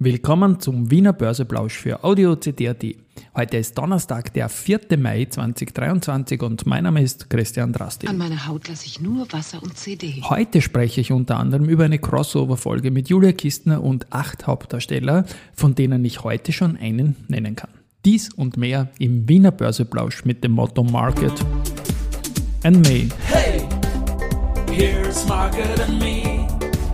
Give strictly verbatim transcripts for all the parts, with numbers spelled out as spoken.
Willkommen zum Wiener Börseplausch für Audio C D punkt A T. Heute ist Donnerstag, der vierter Mai zweitausenddreiundzwanzig und mein Name ist Christian Drastil. An meiner Haut lasse ich nur Wasser und C D. Heute spreche ich unter anderem über eine Crossover-Folge mit Julia Kistner und acht Hauptdarsteller, von denen ich heute schon einen nennen kann. Dies und mehr im Wiener Börseplausch mit dem Motto Market and Me. Hey, here's Market and Me,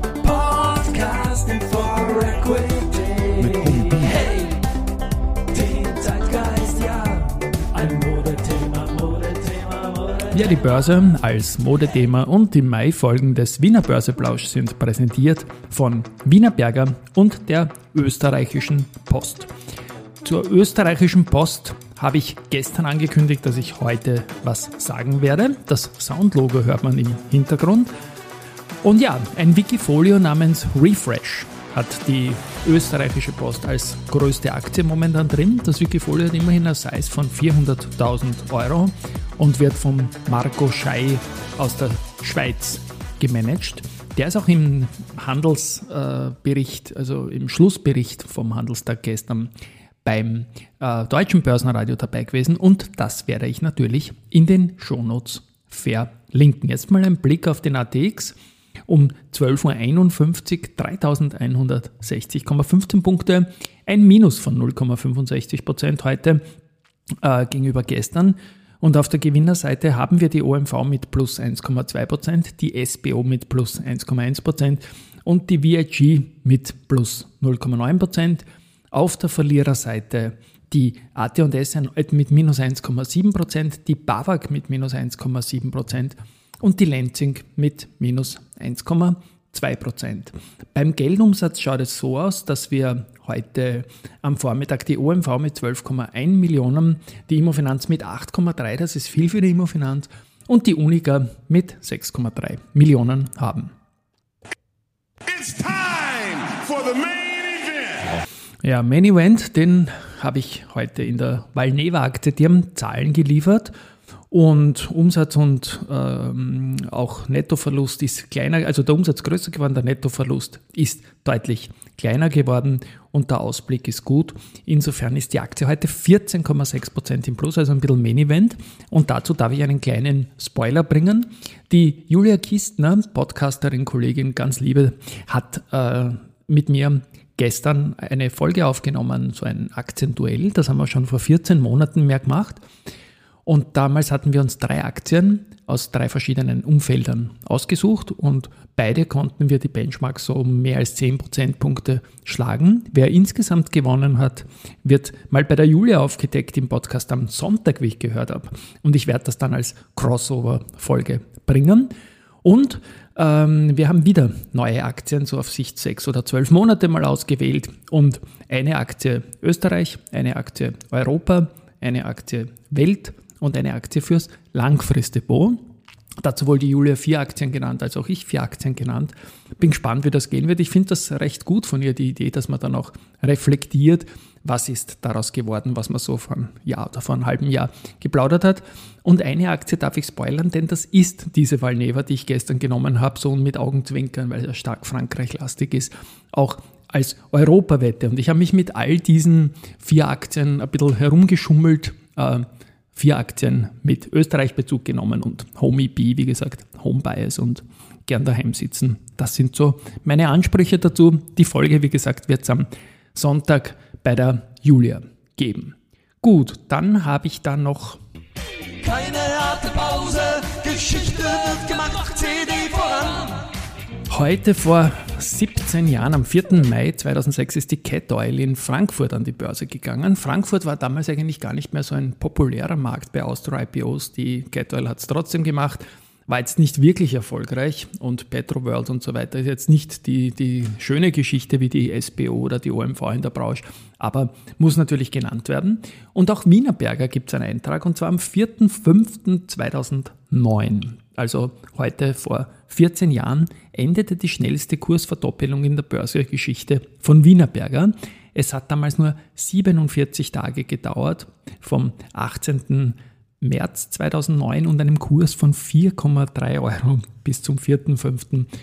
podcasting for equity. Mit Hund. Hey, den Zeitgeist, ja, ein Modethema, Modethema, Modethema. Ja, die Börse als Modethema und die Mai-Folgen des Wiener Börseplausch sind präsentiert von Wienerberger und der österreichischen Post. Zur österreichischen Post habe ich gestern angekündigt, dass ich heute was sagen werde. Das Soundlogo hört man im Hintergrund. Und ja, ein Wikifolio namens Refresh hat die österreichische Post als größte Aktie momentan drin. Das Wikifolio hat immerhin eine Size von vierhunderttausend Euro und wird von Marco Schey aus der Schweiz gemanagt. Der ist auch im Handelsbericht, also im Schlussbericht vom Handelstag gestern beim äh, Deutschen Börsenradio dabei gewesen und das werde ich natürlich in den Shownotes verlinken. Jetzt mal ein Blick auf den A T X. Um zwölf Uhr einundfünfzig dreitausendeinhundertsechzig Komma fünfzehn Punkte, ein Minus von null Komma fünfundsechzig Prozent heute äh, gegenüber gestern. Und auf der Gewinnerseite haben wir die O M V mit plus eins Komma zwei Prozent, die S B O mit plus eins Komma eins Prozent und die V I G mit plus null Komma neun Prozent. Auf der Verliererseite die A T und S mit minus eins Komma sieben Prozent, die BAWAG mit minus eins Komma sieben Prozent und die Lenzing mit minus eins Komma zwei Prozent. Beim Geldumsatz schaut es so aus, dass wir heute am Vormittag die O M V mit zwölf Komma eins Millionen, die Immofinanz mit acht Komma drei, das ist viel für die Immofinanz, und die Unica mit sechs Komma drei Millionen haben. It's time for the main event. Ja, Main Event, den habe ich heute in der Valneva-Aktie, die haben Zahlen geliefert. Und Umsatz und ähm, auch Nettoverlust ist kleiner, also der Umsatz größer geworden, der Nettoverlust ist deutlich kleiner geworden und der Ausblick ist gut. Insofern ist die Aktie heute vierzehn Komma sechs Prozent im Plus, also ein bisschen Main-Event. Und dazu darf ich einen kleinen Spoiler bringen. Die Julia Kistner, Podcasterin, Kollegin, ganz liebe, hat äh, mit mir gestern eine Folge aufgenommen, so ein Aktienduell. Das haben wir schon vor vierzehn Monaten mehr gemacht. Und damals hatten wir uns drei Aktien aus drei verschiedenen Umfeldern ausgesucht und beide konnten wir die Benchmark so um mehr als zehn Prozentpunkte schlagen. Wer insgesamt gewonnen hat, wird mal bei der Julia aufgedeckt im Podcast am Sonntag, wie ich gehört habe. Und ich werde das dann als Crossover-Folge bringen. Und ähm, wir haben wieder neue Aktien, so auf Sicht sechs oder zwölf Monate mal ausgewählt. Und eine Aktie Österreich, eine Aktie Europa, eine Aktie Welt und eine Aktie fürs Langfristdepot. Dazu wohl die Julia vier Aktien genannt, als auch ich vier Aktien genannt. Bin gespannt, wie das gehen wird. Ich finde das recht gut von ihr, die Idee, dass man dann auch reflektiert, was ist daraus geworden, was man so vor einem Jahr oder vor einem halben Jahr geplaudert hat. Und eine Aktie darf ich spoilern, denn das ist diese Valneva, die ich gestern genommen habe, so mit Augenzwinkern, weil er stark Frankreich-lastig ist, auch als Europawette. Und ich habe mich mit all diesen vier Aktien ein bisschen herumgeschummelt, äh, vier Aktien mit Österreich-Bezug genommen und Home E B, wie gesagt, Home Bias und gern daheim sitzen. Das sind so meine Ansprüche dazu. Die Folge, wie gesagt, wird es am Sonntag bei der Julia geben. Gut, dann habe ich da noch... Keine harte Pause, Geschichte wird gemacht, C D voran. Heute vor siebzehn Jahren, am vierten Mai zweitausendsechs, ist die Cat Oil in Frankfurt an die Börse gegangen. Frankfurt war damals eigentlich gar nicht mehr so ein populärer Markt bei Austro-I P Os. Die Cat Oil hat es trotzdem gemacht, war jetzt nicht wirklich erfolgreich und Petroworld und so weiter ist jetzt nicht die, die schöne Geschichte wie die S B O oder die O M V in der Branche, aber muss natürlich genannt werden. Und auch Wienerberger gibt es einen Eintrag und zwar am vierten fünften zweitausendneun. Also heute vor vierzehn Jahren endete die schnellste Kursverdoppelung in der Börsengeschichte von Wienerberger. Es hat damals nur siebenundvierzig Tage gedauert, vom achtzehnten März zweitausendneun und einem Kurs von vier Komma drei Euro bis zum vierten fünften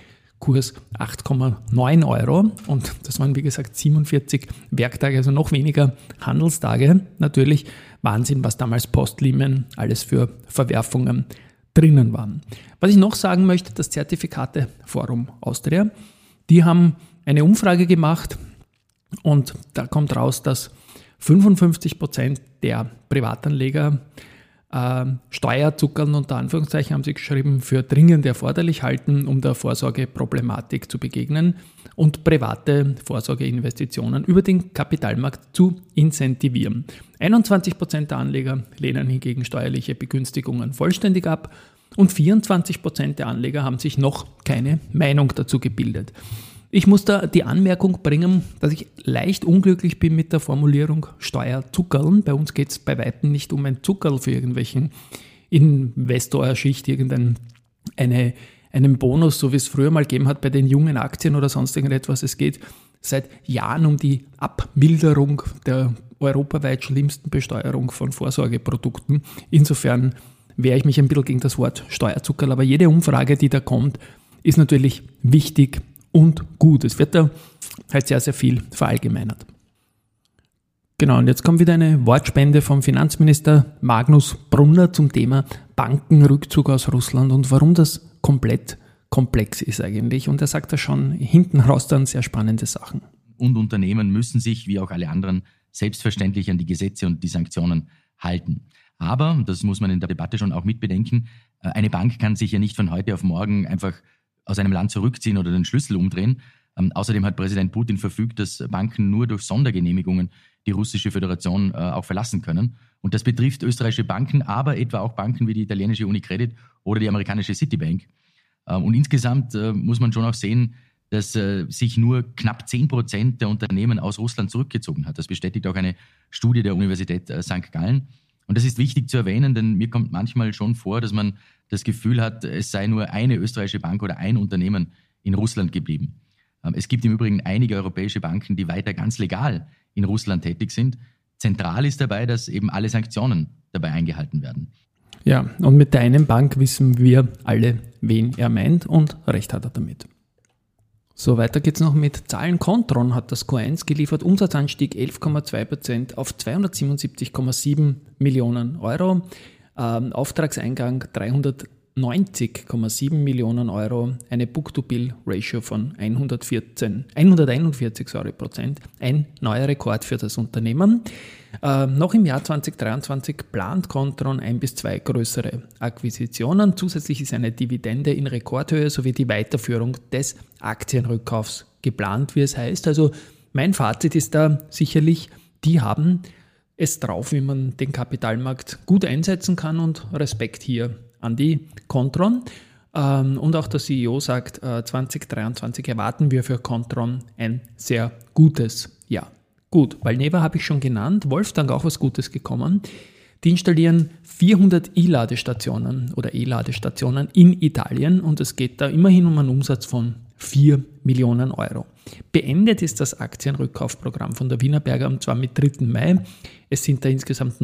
Kurs acht Komma neun Euro und das waren wie gesagt siebenundvierzig Werktage, also noch weniger Handelstage. Natürlich Wahnsinn, was damals Post-Lehman alles für Verwerfungen drinnen waren. Was ich noch sagen möchte, das Zertifikateforum Austria, die haben eine Umfrage gemacht und da kommt raus, dass fünfundfünfzig Prozent der Privatanleger äh, Steuerzuckern unter Anführungszeichen haben sie geschrieben, für dringend erforderlich halten, um der Vorsorgeproblematik zu begegnen und private Vorsorgeinvestitionen über den Kapitalmarkt zu incentivieren. einundzwanzig Prozent der Anleger lehnen hingegen steuerliche Begünstigungen vollständig ab und vierundzwanzig Prozent der Anleger haben sich noch keine Meinung dazu gebildet. Ich muss da die Anmerkung bringen, dass ich leicht unglücklich bin mit der Formulierung Steuerzuckerl. Bei uns geht es bei Weitem nicht um ein Zuckerl für irgendwelchen Investorschicht, irgendeinen eine, einen Bonus, so wie es früher mal gegeben hat bei den jungen Aktien oder sonst irgendetwas. Es geht seit Jahren um die Abmilderung der europaweit schlimmsten Besteuerung von Vorsorgeprodukten. Insofern wehre ich mich ein bisschen gegen das Wort Steuerzuckerl, aber jede Umfrage, die da kommt, ist natürlich wichtig und gut. Es wird da halt sehr, sehr viel verallgemeinert. Genau, und jetzt kommt wieder eine Wortspende vom Finanzminister Magnus Brunner zum Thema Bankenrückzug aus Russland und warum das komplett komplex ist eigentlich. Und er sagt da schon hinten raus dann sehr spannende Sachen. Und Unternehmen müssen sich, wie auch alle anderen, selbstverständlich an die Gesetze und die Sanktionen halten. Aber, das muss man in der Debatte schon auch mitbedenken, eine Bank kann sich ja nicht von heute auf morgen einfach aus einem Land zurückziehen oder den Schlüssel umdrehen. Ähm, außerdem hat Präsident Putin verfügt, dass Banken nur durch Sondergenehmigungen die russische Föderation äh, auch verlassen können. Und das betrifft österreichische Banken, aber etwa auch Banken wie die italienische Unicredit oder die amerikanische Citibank. Ähm, und insgesamt äh, muss man schon auch sehen, dass äh, sich nur knapp zehn Prozent der Unternehmen aus Russland zurückgezogen hat. Das bestätigt auch eine Studie der Universität äh, Sankt Gallen. Und das ist wichtig zu erwähnen, denn mir kommt manchmal schon vor, dass man das Gefühl hat, es sei nur eine österreichische Bank oder ein Unternehmen in Russland geblieben. Es gibt im Übrigen einige europäische Banken, die weiter ganz legal in Russland tätig sind. Zentral ist dabei, dass eben alle Sanktionen dabei eingehalten werden. Ja, und mit der einen Bank wissen wir alle, wen er meint und recht hat er damit. So, weiter geht's noch mit Zahlen. Kontron hat das Q eins geliefert, Umsatzanstieg elf Komma zwei Prozent auf zweihundertsiebenundsiebzig Komma sieben Millionen Euro, ähm, Auftragseingang dreihundertneunzig Komma sieben Millionen Euro, eine Book-to-Bill-Ratio von hundertvierzehn, hunderteinundvierzig sorry, Prozent, ein neuer Rekord für das Unternehmen. Ähm, noch im Jahr zweitausenddreiundzwanzig plant Kontron ein bis zwei größere Akquisitionen. Zusätzlich ist eine Dividende in Rekordhöhe sowie die Weiterführung des Aktienrückkaufs geplant, wie es heißt. Also mein Fazit ist da sicherlich, die haben es drauf, wie man den Kapitalmarkt gut einsetzen kann und Respekt hier an die Kontron. Ähm, und auch der C E O sagt, äh, zweitausenddreiundzwanzig erwarten wir für Kontron ein sehr gutes Jahr. Gut, Valneva habe ich schon genannt, Wolftank auch was Gutes gekommen. Die installieren vierhundert E-Ladestationen oder E-Ladestationen in Italien und es geht da immerhin um einen Umsatz von vier Millionen Euro. Beendet ist das Aktienrückkaufprogramm von der Wienerberger und zwar mit dritten Mai. Es sind da insgesamt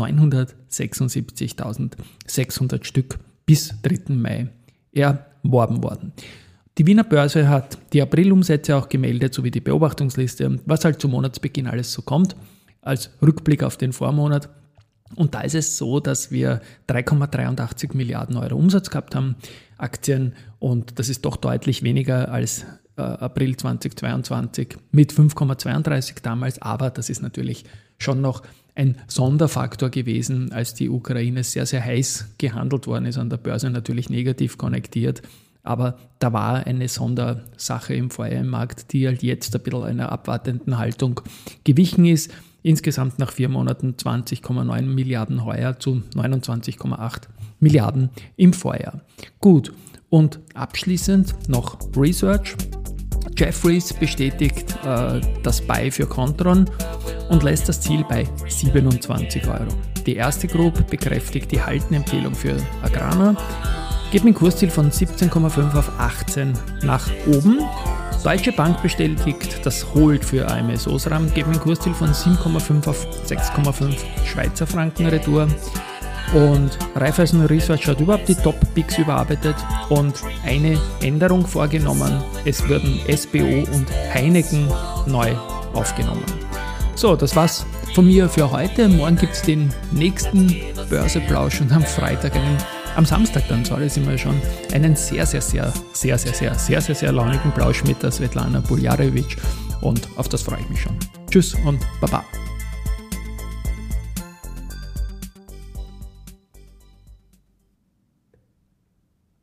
neunhundertsechsundsiebzigtausendsechshundert Stück bis dritten Mai erworben worden. Die Wiener Börse hat die Aprilumsätze auch gemeldet, sowie die Beobachtungsliste, was halt zum Monatsbeginn alles so kommt, als Rückblick auf den Vormonat. Und da ist es so, dass wir drei Komma dreiundachtzig Milliarden Euro Umsatz gehabt haben, Aktien, und das ist doch deutlich weniger als äh, April zweitausendzweiundzwanzig mit fünf Komma zweiunddreißig damals, aber das ist natürlich schon noch ein Sonderfaktor gewesen, als die Ukraine sehr, sehr heiß gehandelt worden ist, an der Börse natürlich negativ konnektiert. Aber da war eine Sondersache im Feuer im Markt, die halt jetzt ein bisschen einer abwartenden Haltung gewichen ist. Insgesamt nach vier Monaten zwanzig Komma neun Milliarden heuer zu neunundzwanzig Komma acht Milliarden im Vorjahr. Gut, und abschließend noch Research. Jefferies bestätigt äh, das Buy für Kontron und lässt das Ziel bei siebenundzwanzig Euro. Die erste Group bekräftigt die Haltenempfehlung für Agrana, geht mit dem Kursziel von siebzehn Komma fünf auf achtzehn nach oben. Deutsche Bank bestätigt das Hold für A M S Osram, geht mit dem Kursziel von sieben Komma fünf auf sechs Komma fünf Schweizer Franken retour. Und Raiffeisen Research hat überhaupt die Top-Picks überarbeitet und eine Änderung vorgenommen. Es werden S B O und Heineken neu aufgenommen. So, das war's von mir für heute. Morgen gibt es den nächsten Börseplausch und am Freitag, einen, am Samstag dann, sorry, sind wir schon, einen sehr, sehr, sehr, sehr, sehr, sehr, sehr, sehr, sehr launigen Plausch mit der Svetlana Buljarevic und auf das freue ich mich schon. Tschüss und Baba.